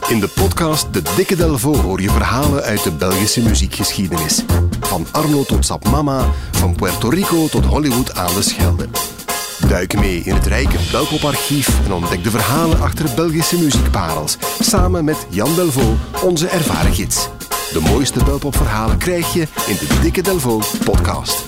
In de podcast De Dikke Delvaux hoor je verhalen uit de Belgische muziekgeschiedenis. Van Arno tot Sap Mama, van Puerto Rico tot Hollywood aan de Schelde. Duik mee in het rijke Belpoparchief en ontdek de verhalen achter Belgische muziekparels. Samen met Jan Delvaux, onze ervaren gids. De mooiste Belpopverhalen krijg je in de Dikke Delvaux podcast.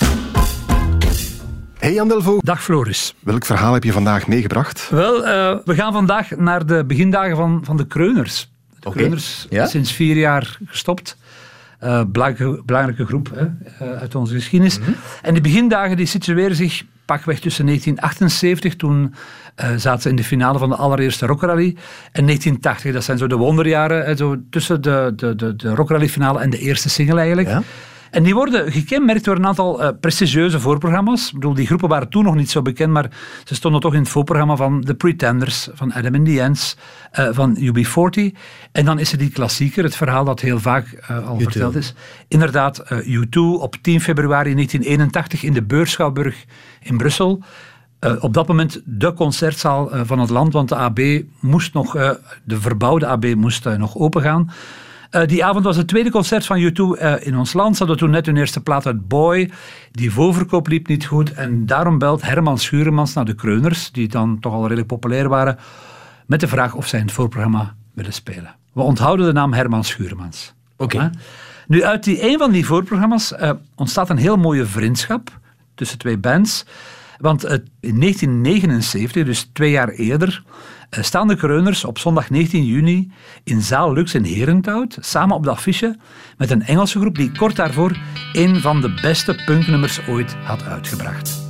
Hey Jan Delvaux. Dag Floris. Welk verhaal heb je vandaag meegebracht? Wel, we gaan vandaag naar de begindagen van de Kreuners. De Kreuners, sinds 4 jaar gestopt. Belangrijke groep uit onze geschiedenis. Mm-hmm. En die begindagen die situeren zich pakweg tussen 1978, toen zaten ze in de finale van de allereerste Rockrally, en 1980. Dat zijn zo de wonderjaren, zo tussen de Rockrally finale en de eerste single eigenlijk. Ja. En die worden gekenmerkt door een aantal prestigieuze voorprogramma's. Ik bedoel, die groepen waren toen nog niet zo bekend, maar ze stonden toch in het voorprogramma van The Pretenders, van Adam and the Ants, van UB40. En dan is er die klassieker, het verhaal dat heel vaak al U2. Verteld is. Inderdaad, U2 op 10 februari 1981 in de Beurschouwburg in Brussel. Op dat moment de concertzaal van het land, want de AB moest nog, de verbouwde AB moest nog opengaan. Die avond was het tweede concert van U2 in ons land. Ze hadden toen net hun eerste plaat uit Boy. Die voorverkoop liep niet goed. En daarom belt Herman Schuremans naar de Kreuners, die dan toch al redelijk populair waren, met de vraag of zij in het voorprogramma willen spelen. We onthouden de naam Herman Schuremans. Oké. Nu, uit een van die voorprogramma's ontstaat een heel mooie vriendschap tussen twee bands. Want in 1979, dus 2 jaar eerder, staan de Kreuners op zondag 19 juni in Zaal Lux in Herenthout, samen op de affiche met een Engelse groep die kort daarvoor een van de beste punknummers ooit had uitgebracht.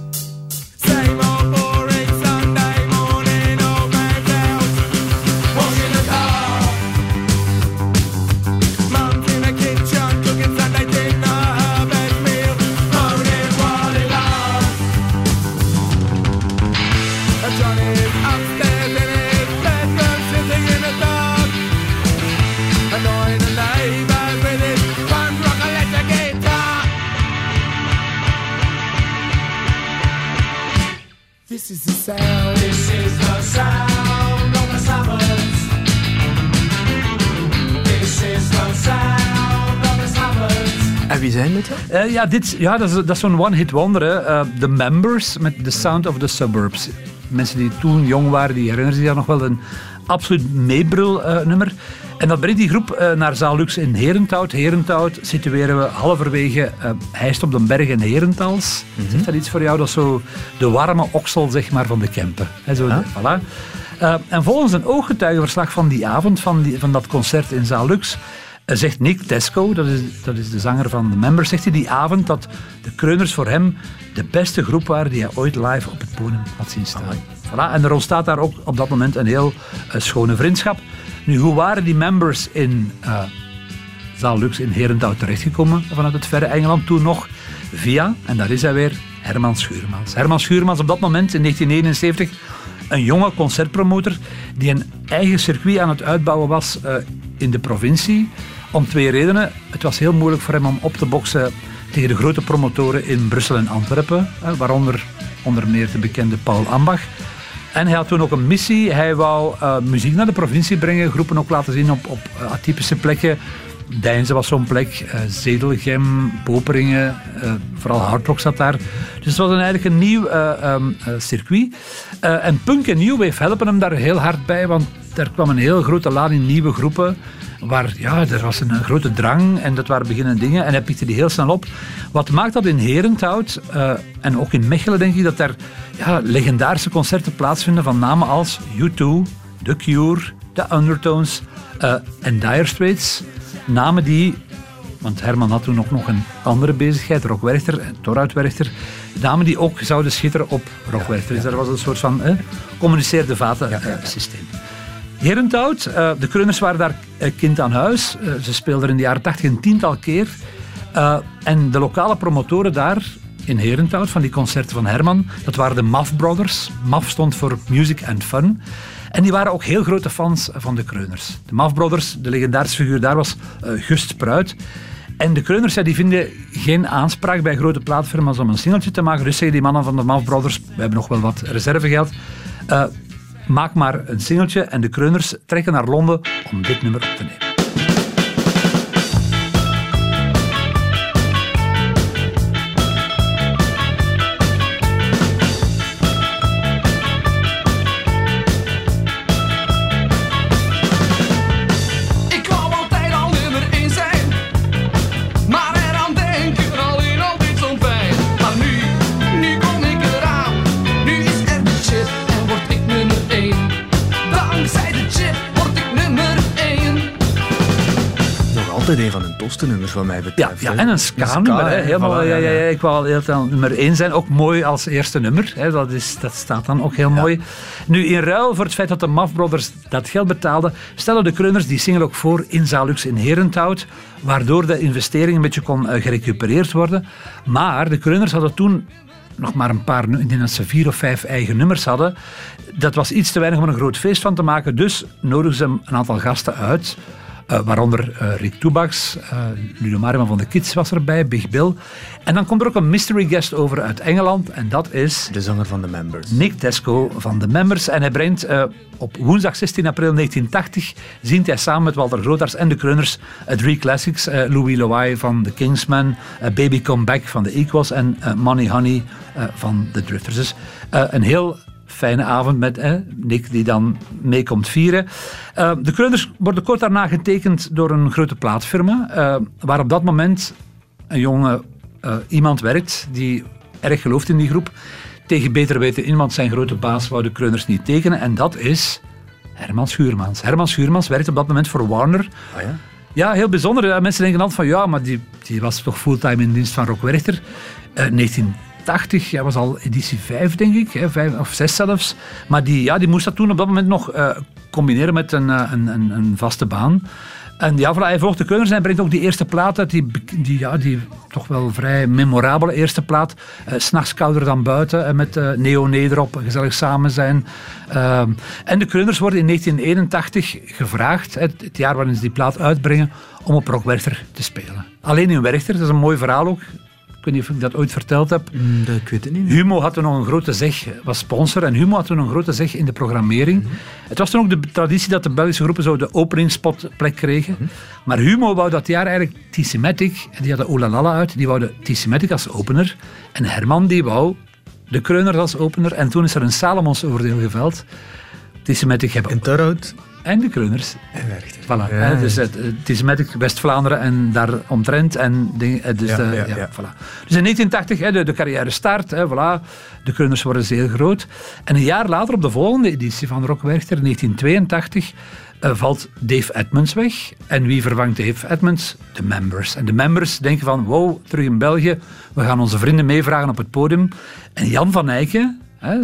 This is the sound. This is the sound of the Sabbath. This is the sound of the Sabbath. En wie zijn dit? Dat is zo'n one-hit wonder. The Members met The Sound of the Suburbs. Mensen die toen jong waren, die herinneren zich daar nog wel een absoluut meebrul-nummer. En dat brengt die groep naar Zaal Lux in Herenthout. Herenthout situeren we halverwege Heist op den Berg en Herentals. Mm-hmm. Zegt dat iets voor jou? Dat is zo de warme oksel, zeg maar, van de Kempen. Voilà. En volgens een ooggetuigenverslag van die avond, van dat concert in Zaal Lux, zegt Nick Tesco, dat is de zanger van The Members, zegt hij die avond dat de Kreuners voor hem de beste groep waren die hij ooit live op het podium had zien staan. Voilà. En er ontstaat daar ook op dat moment een heel schone vriendschap. Nu, hoe waren die Members in Zaal Lux in Herenthout terechtgekomen vanuit het verre Engeland? Toen nog via, en daar is hij weer, Herman Schuremans. Herman Schuremans op dat moment, in 1979, een jonge concertpromotor die een eigen circuit aan het uitbouwen was in de provincie. Om 2 redenen. Het was heel moeilijk voor hem om op te boksen tegen de grote promotoren in Brussel en Antwerpen, waaronder onder meer de bekende Paul Ambach. En hij had toen ook een missie. Hij wou muziek naar de provincie brengen, groepen ook laten zien op atypische plekken. Deinze was zo'n plek, Zedelgem, Poperingen, vooral hardrock zat daar. Dus het was eigenlijk een nieuw circuit. En punk en new wave helpen hem daar heel hard bij, want er kwam een heel grote lading nieuwe groepen, waar er was een grote drang en dat waren beginnende dingen en hij pikte die heel snel op. Wat maakt dat in Herenthout en ook in Mechelen, denk ik, dat er legendarische concerten plaatsvinden van namen als U2, The Cure, The Undertones en Dire Straits. Namen die, want Herman had toen ook nog een andere bezigheid, Rock Werchter en Torhout Werchter, namen die ook zouden schitteren op Rock Werchter. Dus dat was een soort van communiceerde vaten systeem. Herenthout, de Kreuners waren daar kind aan huis. Ze speelden in de jaren 80 een 10-tal keer. En de lokale promotoren daar in Herenthout, van die concerten van Herman, dat waren de MAF Brothers. MAF stond voor Music and Fun. En die waren ook heel grote fans van de Kreuners. De MAF Brothers, de legendarische figuur daar was Gust Pruit. En de Kreuners die vinden geen aanspraak bij grote plaatfirma's om een singeltje te maken. Dus zeggen die mannen van de MAF Brothers, we hebben nog wel wat reservegeld. maak maar een singeltje. En de Kreuners trekken naar Londen om dit nummer op te nemen. Een van de tofste nummers van mij betreft. Ja, en een ska-nummer. Helemaal, ik wou al heel snel nummer 1 zijn. Ook mooi als eerste nummer. Hè. Dat staat dan ook heel mooi. Nu, in ruil voor het feit dat de Maf Brothers dat geld betaalden, stellen de Kreuners die single ook voor in Zaalux in Herenthout, waardoor de investering een beetje kon gerecupereerd worden. Maar de Kreuners hadden toen nog maar een paar, ik denk dat ze 4 of 5 eigen nummers hadden. Dat was iets te weinig om een groot feest van te maken. Dus nodigden ze een aantal gasten uit. Waaronder Rick Toebax, Ludo Mariman van de Kids was erbij, Big Bill. En dan komt er ook een mystery guest over uit Engeland. En dat is... de zanger van The Members. Nick Tesco van The Members. En hij brengt op woensdag 16 april 1980... zingt hij samen met Walter Grootaars en de Kreuners 3 classics. Louis Loai van The Kingsmen, Baby Come Back van The Equals en Money Honey van The Drifters. Dus een heel fijne avond met Nick die dan mee komt vieren. De Kreuners worden kort daarna getekend door een grote plaatfirma, waar op dat moment een jonge iemand werkt die erg gelooft in die groep. Tegen beter weten iemand zijn grote baas wou de Kreuners niet tekenen en dat is Herman Schuurmans. Herman Schuurmans werkt op dat moment voor Warner. Oh ja? Ja, heel bijzonder. Mensen denken altijd van ja, maar die was toch fulltime in dienst van Rock Werchter. 1980, was al editie 5 denk ik, 5 of 6 zelfs. Maar die moest dat toen op dat moment nog combineren met een vaste baan. En ja, voilà, hij volgt de Kreuners en hij brengt ook die eerste plaat uit, die toch wel vrij memorabele eerste plaat. 'S Nachts kouder dan buiten, met Neo Nederop, gezellig samen zijn. En de Kreuners worden in 1981 gevraagd, het jaar waarin ze die plaat uitbrengen, om op Rock Werchter te spelen. Alleen in Werchter, dat is een mooi verhaal ook. Ik weet niet of ik dat ooit verteld heb. Ik weet het niet. Humo had toen nog een grote zeg, was sponsor, en Humo had toen een grote zeg in de programmering. Mm-hmm. Het was toen ook de traditie dat de Belgische groepen zo de openingsspotplek kregen. Mm-hmm. Maar Humo wou dat jaar eigenlijk T-Sematic, en die hadden Olalala uit, die wouden T-Sematic als opener. En Herman die wou de Kreuners als opener. En toen is er een Salomons oordeel geveld. T-Sematic hebben... En Torhout. En de Kreuners. En Werchter. Voilà. Ja, dus het is met West-Vlaanderen en daar omtrent. En voilà. Dus in 1980 de carrière start. Voilà. De Kreuners worden zeer groot. En een jaar later, op de volgende editie van Rock Werchter, 1982, valt Dave Edmunds weg. En wie vervangt Dave Edmunds? De Members. En de Members denken van, wow, terug in België. We gaan onze vrienden meevragen op het podium. En Jan van Eycken,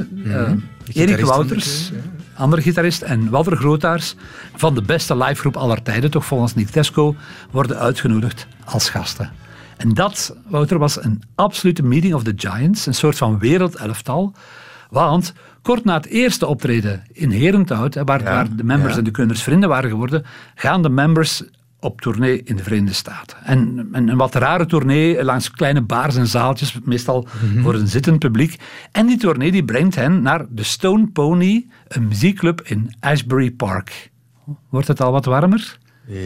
Erik Wouters, andere gitarist, en Walter Grootaars van de beste livegroep aller tijden, toch volgens Nick Tesco, worden uitgenodigd als gasten. En dat, Wouter, was een absolute meeting of the giants, een soort van wereldelftal. Want kort na het eerste optreden in Herenthout, waar de Members en de Kreuners vrienden waren geworden, gaan de Members op tournee in de Verenigde Staten. En een wat rare tournee langs kleine bars en zaaltjes, meestal voor een zittend publiek. En die tournee die brengt hen naar de Stone Pony, een muziekclub in Ashbury Park. Wordt het al wat warmer?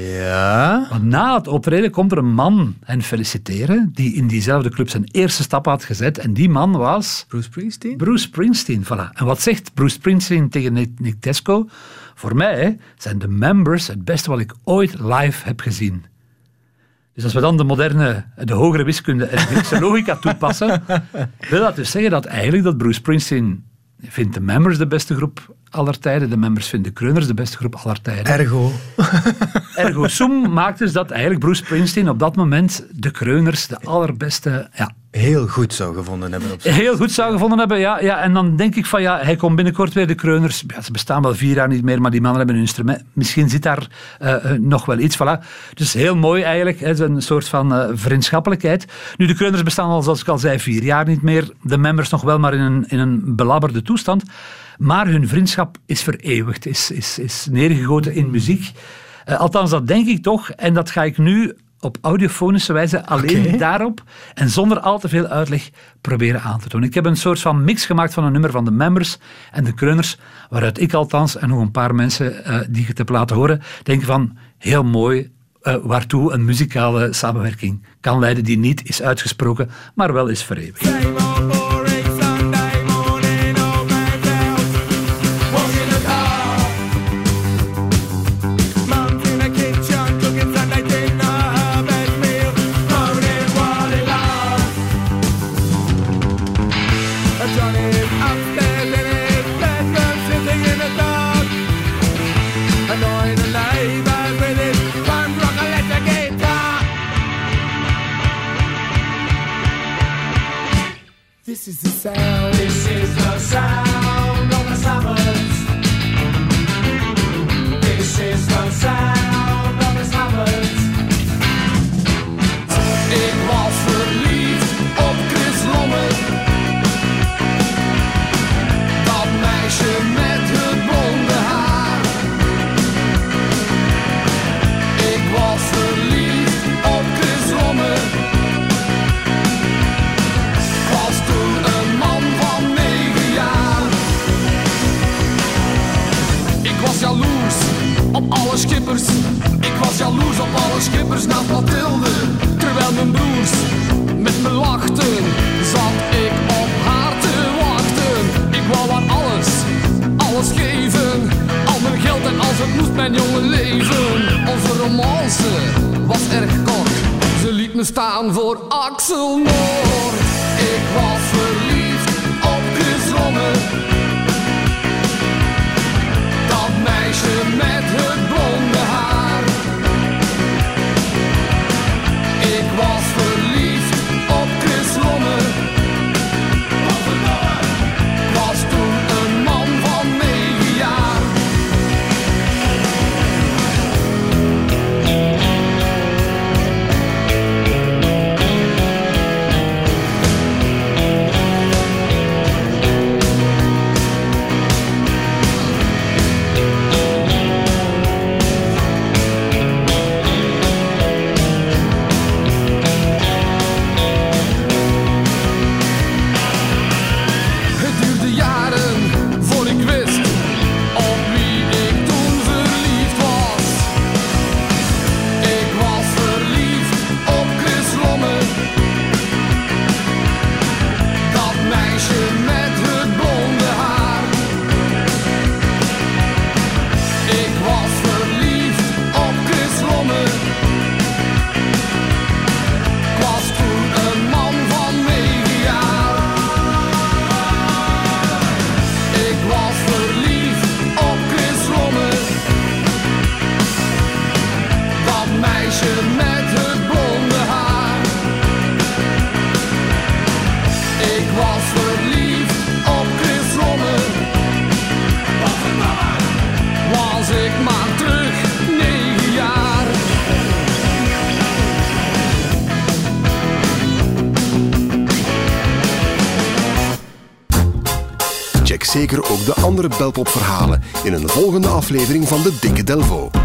Ja. Want na het optreden komt er een man hen feliciteren, die in diezelfde club zijn eerste stap had gezet. En die man was... Bruce Springsteen? Bruce Springsteen, voilà. En wat zegt Bruce Springsteen tegen Nick Tesco? Voor mij zijn de Members het beste wat ik ooit live heb gezien. Dus als we dan de hogere wiskunde en de Griekse logica toepassen, wil dat dus zeggen dat eigenlijk dat Bruce Springsteen vindt de Members de beste groep aller tijden, de Members vinden de Kreuners de beste groep aller tijden. Ergo sum maakt dus dat eigenlijk Bruce Springsteen op dat moment de Kreuners de allerbeste... Ja, heel goed zou gevonden hebben. Heel goed zou gevonden hebben, ja. En dan denk ik van, hij komt binnenkort weer de Kreuners. Ja, ze bestaan wel 4 jaar niet meer, maar die mannen hebben een instrument. Misschien zit daar nog wel iets, voilà. Dus heel mooi eigenlijk, een soort van vriendschappelijkheid. Nu, de Kreuners bestaan al, zoals ik al zei, 4 jaar niet meer. De Members nog wel, maar in een belabberde toestand. Maar hun vriendschap is vereeuwigd, is neergegoten in muziek. Althans, dat denk ik toch. En dat ga ik nu op audiofonische wijze alleen daarop en zonder al te veel uitleg proberen aan te doen. Ik heb een soort van mix gemaakt van een nummer van de Members en de Kreuners, waaruit ik althans en nog een paar mensen die ik het heb laten horen, denken van heel mooi, waartoe een muzikale samenwerking kan leiden die niet is uitgesproken, maar wel is verewigd. This is the sound. This is the sound of the Sabbath. This is the sound of the Sabbath. Ik was verliefd op Chris Lommel. Dat meisje met het blonde haar. Ik was verliefd op Chris Lommel. Jaloers op alle schippers. Ik was jaloers op alle schippers naast Mathilde. Terwijl mijn broers met me lachten, zat ik op haar te wachten. Ik wou haar alles geven. Al mijn geld en als het moest mijn jonge leven. Onze romance was erg kort. Ze liet me staan voor Axel Noord. Ik was verliefd op Chris Lommel. Meisje met het blonde haar. Ik was verliefd op Chris Lommel. Was toen een man van 9 jaar. Check zeker ook de andere Belpop-verhalen in een volgende aflevering van de Dikke Delvaux.